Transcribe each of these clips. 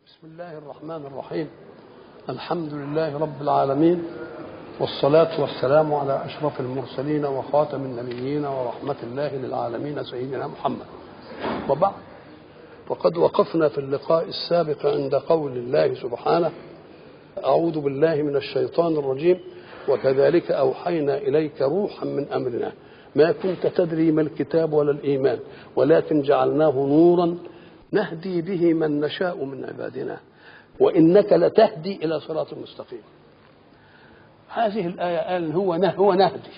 بسم الله الرحمن الرحيم. الحمد لله رب العالمين، والصلاة والسلام على أشرف المرسلين وخاتم النبيين ورحمة الله للعالمين سيدنا محمد. وبعد، وقد وقفنا في اللقاء السابق عند قول الله سبحانه: أعوذ بالله من الشيطان الرجيم، وكذلك أوحينا إليك روحا من أمرنا ما كنت تدري ما الكتاب ولا الإيمان ولكن جعلناه نورا نهدي به من نشاء من عبادنا وإنك لتهدي إلى صراط مستقيم. هذه الآية قال هو نهدي،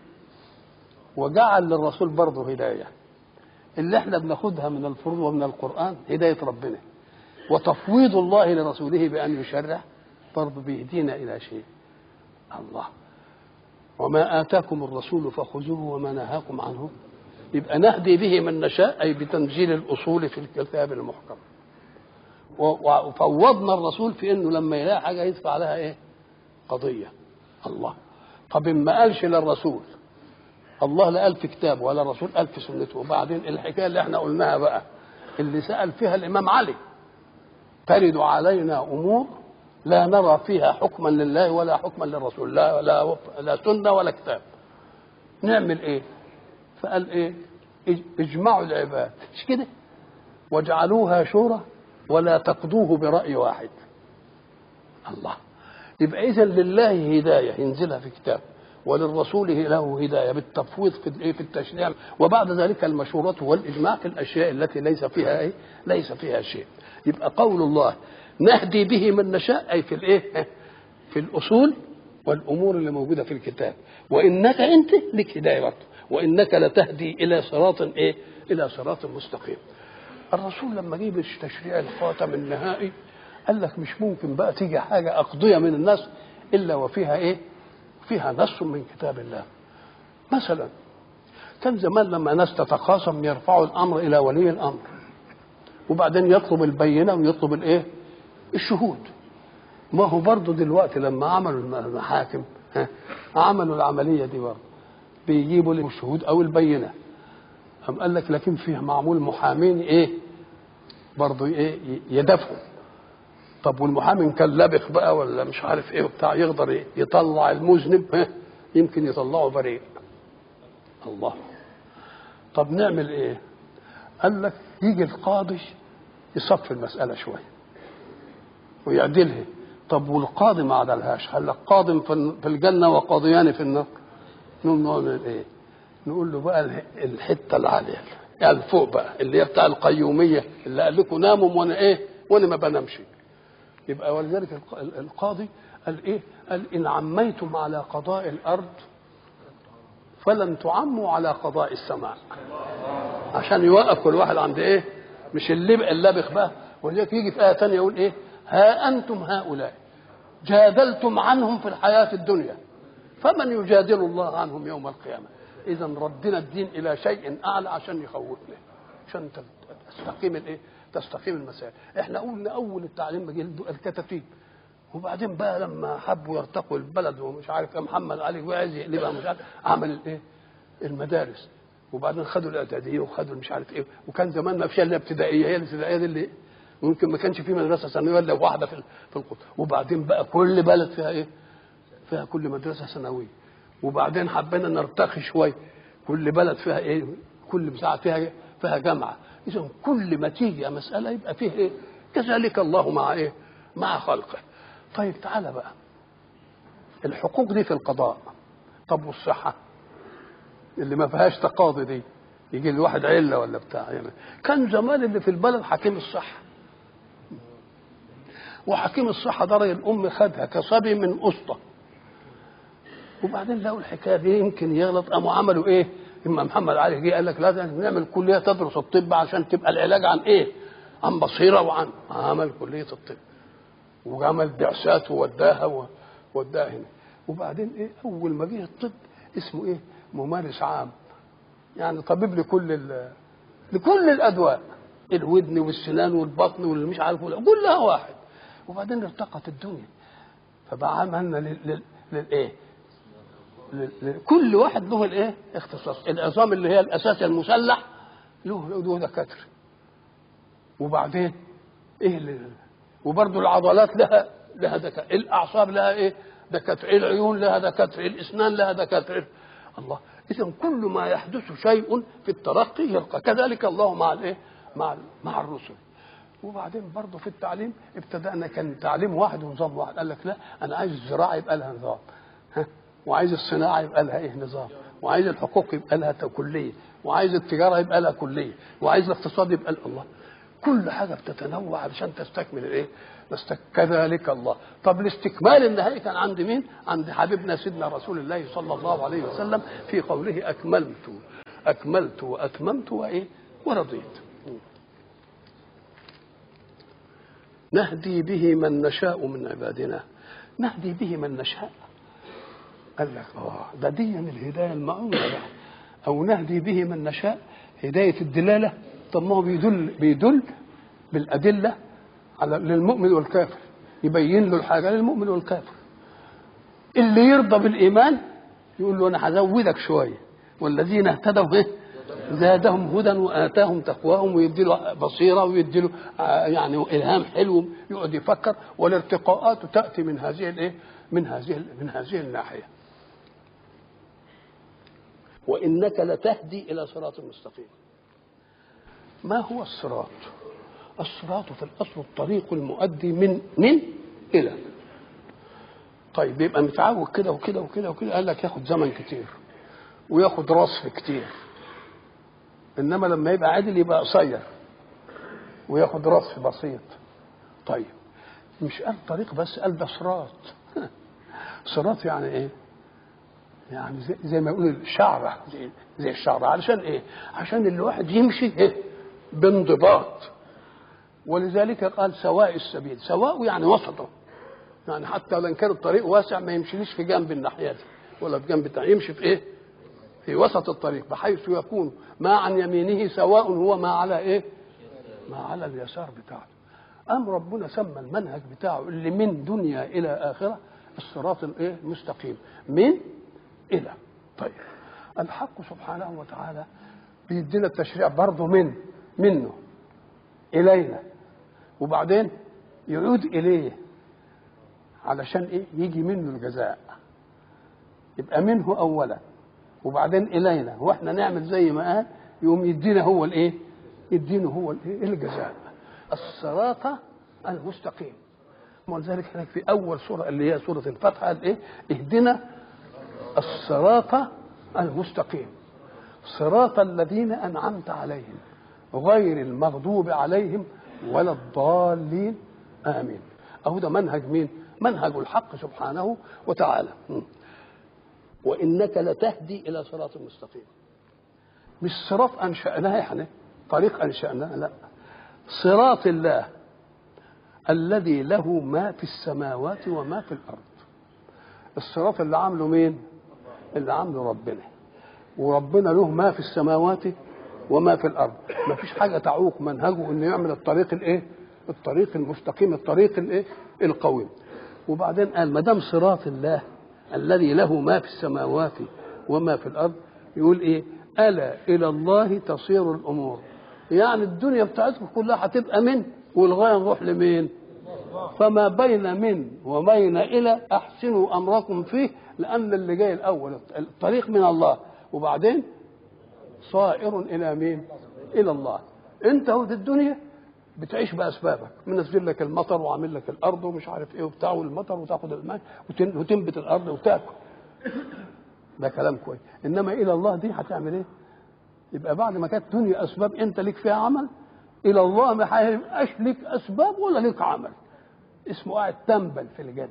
وجعل للرسول برضه هداية. اللي احنا بناخدها من الفروض ومن القرآن هداية ربنا، وتفويض الله لرسوله بأن يشرع برضه بيهدينا إلى شيء. الله: وما آتاكم الرسول فخذوه وما نهاكم عنه. يبقى نهدي به من نشاء، أي بتنزيل الأصول في الكتاب المحكم. وفوضنا الرسول في إنه لما يلاقي حاجة يدفع عليها إيه؟ قضية. الله: طب ما قالش للرسول، الله لا قال في كتابه ولا الرسول قال في سنته. وبعدين الحكاية اللي احنا قلناها بقى، اللي سأل فيها الإمام علي: ترد علينا أمور لا نرى فيها حكما لله ولا حكما للرسول، لا سنة ولا كتاب، نعمل إيه؟ فقال إيه؟ اجمعوا العباد، مش كده؟ واجعلوها شورى ولا تقضوه برأي واحد. الله: يبقى إذن لله هداية ينزلها في كتاب، وللرسول له هداية بالتفويض في التشريع، وبعد ذلك المشورة والإجماع في الأشياء التي ليس فيها إيه؟ ليس فيها شيء. يبقى قول الله نهدي به من نشاء، أي في الإيه؟ في الأصول والأمور اللي موجودة في الكتاب. وإنك أنت لك هداية برضه، وإنك لتهدي إلى صراط إيه؟ إلى صراط مستقيم. الرسول لما جيب التشريع الخاتم النهائي قال لك مش ممكن بقى تيجي حاجة أقضية من الناس إلا وفيها إيه؟ فيها نص من كتاب الله. مثلا كان زمان لما ناس تتخاصم يرفعوا الأمر إلى ولي الأمر، وبعدين يطلب البينة ويطلب الإيه؟ الشهود. ما هو برضه دلوقتي لما عملوا المحاكم عملوا العملية دي برضه بيجيبوا الشهود أو البينة. هم قال لك لكن فيه معمول محامين إيه؟ برضه إيه؟ يدافعوا. طب والمحامي كان لابخ بقى ولا مش عارف إيه وبتاع، يقدر إيه؟ يطلع المذنب يمكن يطلعه بريء. الله: طب نعمل إيه؟ قال لك يجي القاضي يصفي المسألة شوية ويعدلها. طب والقاضي ما عدلهاش، قال لك قاض في الجنة وقاضيان في النار. نعمل إيه؟ نقول له بقى الحتة العالية يعني فوق بقى، اللي هي بتاع القيومية، اللي قال لكم ناموا وانا ايه؟ وانا ما بنامش. يبقى ولذلك القاضي قال ايه؟ قال ان عميتم على قضاء الارض فلن تعموا على قضاء السماء، عشان يوقف كل واحد عند ايه؟ مش اللبخ بقى. ولذلك يجي في آية تانية يقول ايه؟ ها انتم هؤلاء جادلتم عنهم في الحياة الدنيا فمن يجادل الله عنهم يوم القيامة. إذا ردنا الدين إلى شيء أعلى عشان يخوفنا، عشان تستقيم الإيه؟ تستقيم المسائل. إحنا قلنا أول التعليم بقى الكتاتيب، وبعدين بقى لما حبوا يرتقوا البلد ومش عارف محمد علي وعايز يقلبها مش عارف، عمل الإيه؟ المدارس. وبعدين خدوا الإعدادية وخدوا مش عارف إيه. وكان زمان ما فيش إلا ابتدائية، هي الابتدائية دي اللي ممكن ما كانش في مدرسة ثانوية إلا واحدة في القطر. وبعدين بقى كل بلد فيها إيه؟ فيها كل مدرسة ثانوية. وبعدين حبينا نرتقي شوي، كل بلد فيها ايه؟ كل مساحه فيها جامعه. اذا كل ما تيجي مساله يبقى فيه ايه؟ كذلك الله مع ايه؟ مع خلقه. طيب تعالى بقى، الحقوق دي في القضاء. طب والصحه اللي ما فيهاش تقاضي دي، يجي الواحد عله ولا بتاع يعني. كان زمان اللي في البلد حكيم الصحه، وحكيم الصحه ده الام خدها كصبي من اسطى، وبعدين لقوا الحكايه دي يمكن يغلط، قاموا عملوا ايه؟ اما محمد علي جه قال لك لازم نعمل كليه تدرس الطب عشان تبقى العلاج عن ايه؟ عن بصيره وعن عمل كليه الطب، وعمل بعثات ووداها هنا. وبعدين ايه؟ اول ما جه الطب اسمه ايه؟ ممارس عام، يعني طبيب لكل الادواء، الودن والسنان والبطن والمش عارف كلها واحد. وبعدين ارتقت الدنيا فبقى عملنا للايه؟ كل واحد له الايه؟ اختصاص. العظام اللي هي الاساس المسلح له دكاتره. وبعدين ايه وبرضه العضلات لها دكاتره، الاعصاب لها ايه؟ دكاتره، العيون لها دكاتره، الاسنان لها دكاتره. الله، اذا كل ما يحدث شيء في الترقي يرقى، كذلك الله مع الايه؟ مع الرسل. وبعدين برضه في التعليم ابتدأنا كان تعليم واحد ونظام واحد، قال لك لا انا عايز الزراعه يبقى لها نظام، وعايز الصناعه يبقى لها ايه؟ نظام، وعايز الحقوق يبقى لها كليه، وعايز التجاره يبقى لها كليه، وعايز الاقتصاد يبقى الله. كل حاجه بتتنوع علشان تستكمل الايه؟ كذلك الله. طب الاستكمال النهائي كان عند مين؟ عند حبيبنا سيدنا رسول الله صلى الله عليه وسلم في قوله اكملت واتممت وايه؟ ورضيت. نهدي به من نشاء من عبادنا. نهدي به من نشاء، قال لك ده دي من الهدايه المعونه بقى. او نهدي به من نشاء هدايه الدلاله. طب ما هو بيدل بالادله على للمؤمن والكافر، يبين له الحاجه للمؤمن والكافر. اللي يرضى بالايمان يقول له انا هزودك شويه، والذين اهتدوا زادهم هدى واتاهم تقواهم، ويدي له بصيره ويدي له يعني الهام حلو يقعد يفكر. والارتقاءات تاتي من هذه الايه؟ من هذه الناحيه. وانك لتهدي الى صراط مستقيم. ما هو الصراط؟ الصراط في الاصل الطريق المؤدي من الى. طيب يبقى متعود كده وكده وكده وكده، قال لك ياخد زمن كتير وياخد رصف كتير. انما لما يبقى عادل يبقى قصير وياخد رصف بسيط. طيب مش قال طريق بس، قال ده صراط. صراط يعني ايه؟ يعني زي ما يقول الشعره، زي الشعره. علشان ايه؟ عشان الواحد يمشي بانضباط. ولذلك قال سواء السبيل. سواء يعني وسطه، يعني حتى لو كان الطريق واسع ما يمشيش في جنب الناحيه دي ولا في جنب الثاني، يمشي في ايه؟ في وسط الطريق، بحيث يكون ما عن يمينه سواء هو ما على ايه؟ ما على اليسار بتاعه. قام ربنا سمى المنهج بتاعه اللي من دنيا الى اخره الصراط الايه؟ المستقيم، من الى. طيب الحق سبحانه وتعالى بيدينا التشريع برضه منه الينا، وبعدين يعود اليه علشان ايه؟ يجي منه الجزاء. يبقى منه اولا وبعدين الينا، واحنا نعمل زي ما قال، يقوم يدينا هو الايه؟ يدينا هو الايه؟ الجزاء. الصراط المستقيم. ولذلك هناك في اول سوره اللي هي سوره الفتح قال ايه؟ اهدنا الصراط المستقيم صراط الذين انعمت عليهم غير المغضوب عليهم ولا الضالين امين. اهو ده منهج مين؟ منهج الحق سبحانه وتعالى. وانك لتهدي الى صراط مستقيم. مش صراط انشاناه يعني طريق انشاناه، لا، صراط الله الذي له ما في السماوات وما في الارض. الصراط اللي عامله مين؟ اللي عامله ربنا. وربنا له ما في السماوات وما في الارض، ما فيش حاجه تعوق منهجه انه يعمل الطريق الايه؟ الطريق المستقيم، الطريق الايه؟ القويم. وبعدين قال ما دام صراط الله الذي له ما في السماوات وما في الارض، يقول ايه؟ الا الى الله تصير الامور. يعني الدنيا بتاعتكم كلها هتبقى من، والغايه نروح لمين؟ فما بين من وبين الى احسنوا امركم فيه، لان اللي جاي الاول الطريق من الله، وبعدين صائر الى مين؟ الى الله. انت هو في الدنيا بتعيش باسبابك، منزل لك المطر وعامل لك الارض ومش عارف ايه وبتاع، والمطر وتاخد الماء وتنبت الارض وتاكل، ده كلام كويس. انما الى الله دي هتعمل ايه؟ يبقى بعد ما كانت دنيا اسباب انت ليك فيها عمل، الى الله ما هيبقاش ليك اسباب ولا ليك عمل، اسمه قاعد تنبل في الجنه.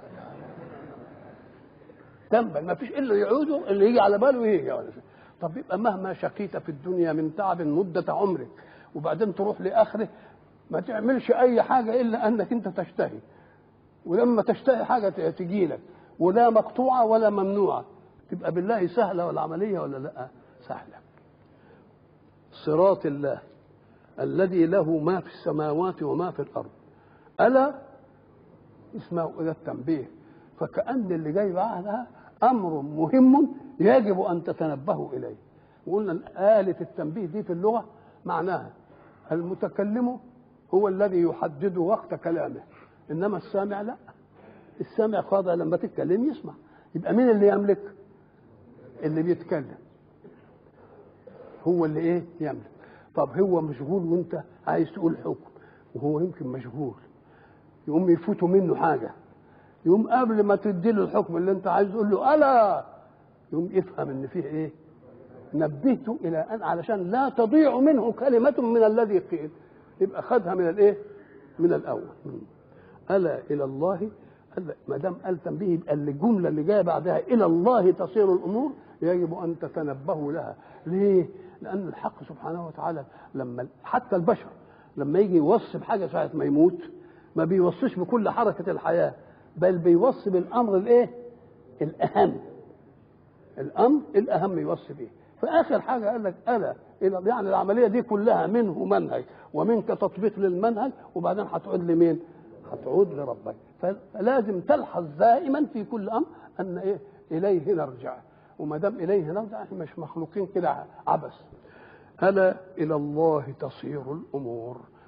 تنبل، ما فيش الا يعوده اللي يجي على باله يجي ولا شيء. طب يبقى مهما شقيت في الدنيا من تعب مده عمرك، وبعدين تروح لاخره ما تعملش اي حاجه الا انك انت تشتهي، ولما تشتهي حاجه تجي لك ولا مقطوعه ولا ممنوعه، تبقى بالله سهله ولا عمليه ولا لا؟ سهله. صراط الله الذي له ما في السماوات وما في الارض. الا اسمه الى التنبيه، فكأن اللي جاي بعدها امر مهم يجب ان تتنبهوا اليه. وقلنا آلة التنبيه دي في اللغه معناها المتكلم هو الذي يحدد وقت كلامه، انما السامع لا، السامع خاضع لما تتكلم يسمع. يبقى مين اللي يملك؟ اللي بيتكلم هو اللي ايه يملك. طب هو مشغول وانت عايز تقول حكم وهو يمكن مشغول، يقوم يفوتوا منه حاجه، يقوم قبل ما تديله الحكم اللي انت عايز تقول له الا، يقوم يفهم ان فيه ايه، نبهته الى ان علشان لا تضيع منه كلمه من الذي قيل، يبقى خدها من الايه، من الاول. الا الى الله، ما دام قال تنبيه يبقى الجمله اللي جايه بعدها الى الله تصير الامور يجب ان تتنبهوا لها. ليه؟ لان الحق سبحانه وتعالى لما حتى البشر لما يجي يوصي بحاجه ساعه ما يموت ما بيوصيش بكل حركه الحياه، بل بيوصي بالامر الايه، الاهم، الامر الاهم يوصي به. فاخر حاجه قال لك الا الى، يعني العمليه دي كلها منه منهج ومنك تطبيق للمنهج، وبعدين هتعود لمين؟ هتعود لربك. فلازم تلحظ دائما في كل امر ان ايه، اليه نرجع، وما دام اليه نرجع احنا مش مخلوقين كده عبث. الا الى الله تصير الامور.